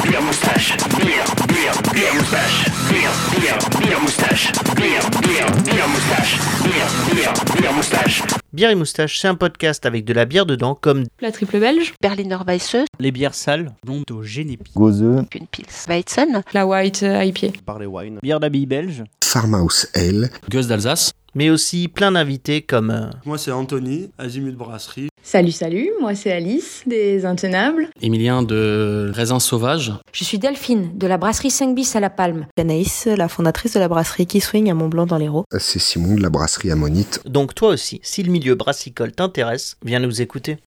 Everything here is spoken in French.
beer moustache, beer moustache, beer moustache, beer moustache. Bière et moustache, c'est un podcast avec de la bière dedans, comme la triple belge, Berliner Weisse, les bières sales, blondes au Génépi, Gose, une Pils Weizen, la white IPA, Barley wine, bière d'abbaye belge, Farmhouse Ale, Gueuse d'Alsace, mais aussi plein d'invités comme Moi c'est Anthony, Azimut Brasserie. Salut, moi c'est Alice, des Intenables. Émilien de Raisin Sauvage. Je suis Delphine, de la brasserie 5 bis à La Palme. Anaïs, la fondatrice de la brasserie Key Swing à Mont-Blanc dans l'Hérault. c'est Simon de la brasserie Ammonite. donc toi aussi, si le milieu brassicole t'intéresse, viens nous écouter.